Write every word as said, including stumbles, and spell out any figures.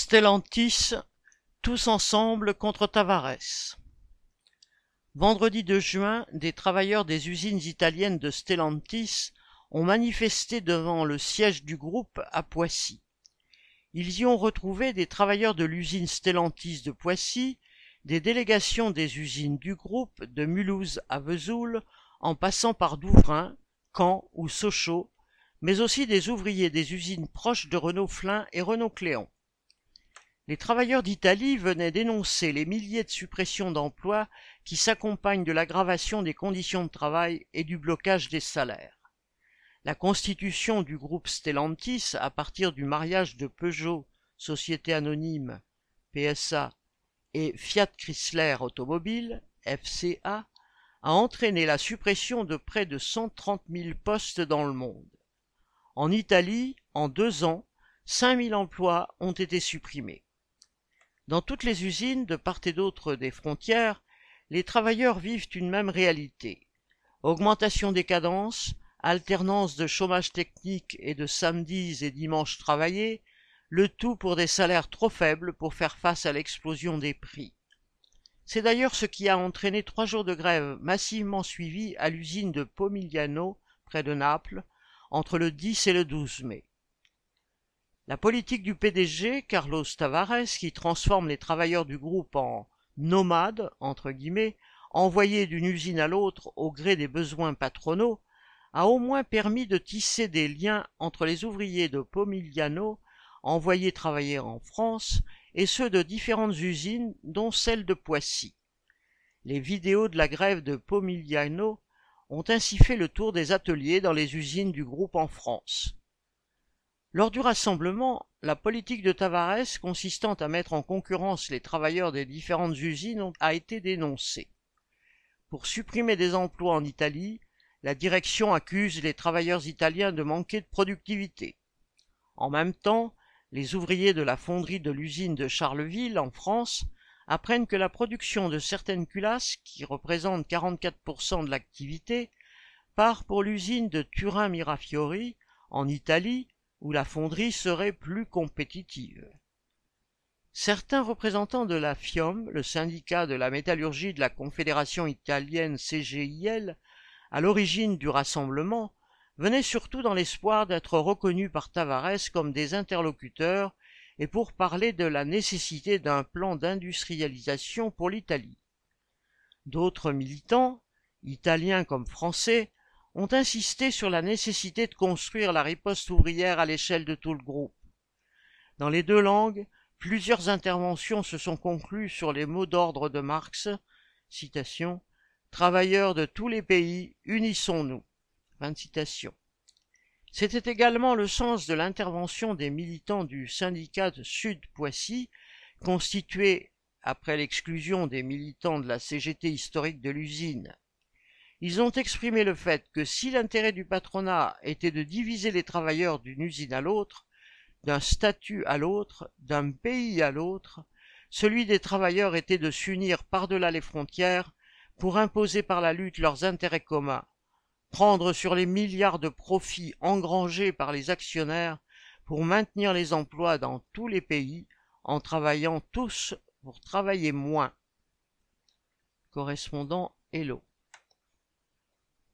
Stellantis, tous ensemble contre Tavares. Vendredi deux juin, des travailleurs des usines italiennes de Stellantis ont manifesté devant le siège du groupe à Poissy. Ils y ont retrouvé des travailleurs de l'usine Stellantis de Poissy, des délégations des usines du groupe de Mulhouse à Vesoul, en passant par Douvrin, Caen ou Sochaux, mais aussi des ouvriers des usines proches de Renault-Flin et Renault-Cléon. Les travailleurs d'Italie venaient dénoncer les milliers de suppressions d'emplois qui s'accompagnent de l'aggravation des conditions de travail et du blocage des salaires. La constitution du groupe Stellantis à partir du mariage de Peugeot, Société Anonyme, P S A, et Fiat Chrysler Automobile, F C A, a entraîné la suppression de près de cent trente mille postes dans le monde. En Italie, en deux ans, cinq mille emplois ont été supprimés. Dans toutes les usines, de part et d'autre des frontières, les travailleurs vivent une même réalité. Augmentation des cadences, alternance de chômage technique et de samedis et dimanches travaillés, le tout pour des salaires trop faibles pour faire face à l'explosion des prix. C'est d'ailleurs ce qui a entraîné trois jours de grève massivement suivis à l'usine de Pomigliano, près de Naples, entre le dix et le douze mai. La politique du P D G, Carlos Tavares, qui transforme les travailleurs du groupe en « nomades », entre guillemets, envoyés d'une usine à l'autre au gré des besoins patronaux, a au moins permis de tisser des liens entre les ouvriers de Pomigliano, envoyés travailler en France, et ceux de différentes usines, dont celle de Poissy. Les vidéos de la grève de Pomigliano ont ainsi fait le tour des ateliers dans les usines du groupe en France. Lors du rassemblement, la politique de Tavares consistant à mettre en concurrence les travailleurs des différentes usines a été dénoncée. Pour supprimer des emplois en Italie, la direction accuse les travailleurs italiens de manquer de productivité. En même temps, les ouvriers de la fonderie de l'usine de Charleville, en France, apprennent que la production de certaines culasses, qui représentent quarante-quatre pour cent de l'activité, part pour l'usine de Turin-Mirafiori, en Italie, où la fonderie serait plus compétitive. Certains représentants de la FIOM, le syndicat de la métallurgie de la Confédération italienne C G I L, à l'origine du rassemblement, venaient surtout dans l'espoir d'être reconnus par Tavares comme des interlocuteurs et pour parler de la nécessité d'un plan d'industrialisation pour l'Italie. D'autres militants, italiens comme français, ont insisté sur la nécessité de construire la riposte ouvrière à l'échelle de tout le groupe. Dans les deux langues, plusieurs interventions se sont conclues sur les mots d'ordre de Marx, citation, « Travailleurs de tous les pays, unissons-nous ». Fin de citation. C'était également le sens de l'intervention des militants du syndicat de Sud-Poissy, constitué après l'exclusion des militants de la C G T historique de l'usine. Ils ont exprimé le fait que si l'intérêt du patronat était de diviser les travailleurs d'une usine à l'autre, d'un statut à l'autre, d'un pays à l'autre, celui des travailleurs était de s'unir par-delà les frontières pour imposer par la lutte leurs intérêts communs, prendre sur les milliards de profits engrangés par les actionnaires pour maintenir les emplois dans tous les pays en travaillant tous pour travailler moins. Correspondant Hello.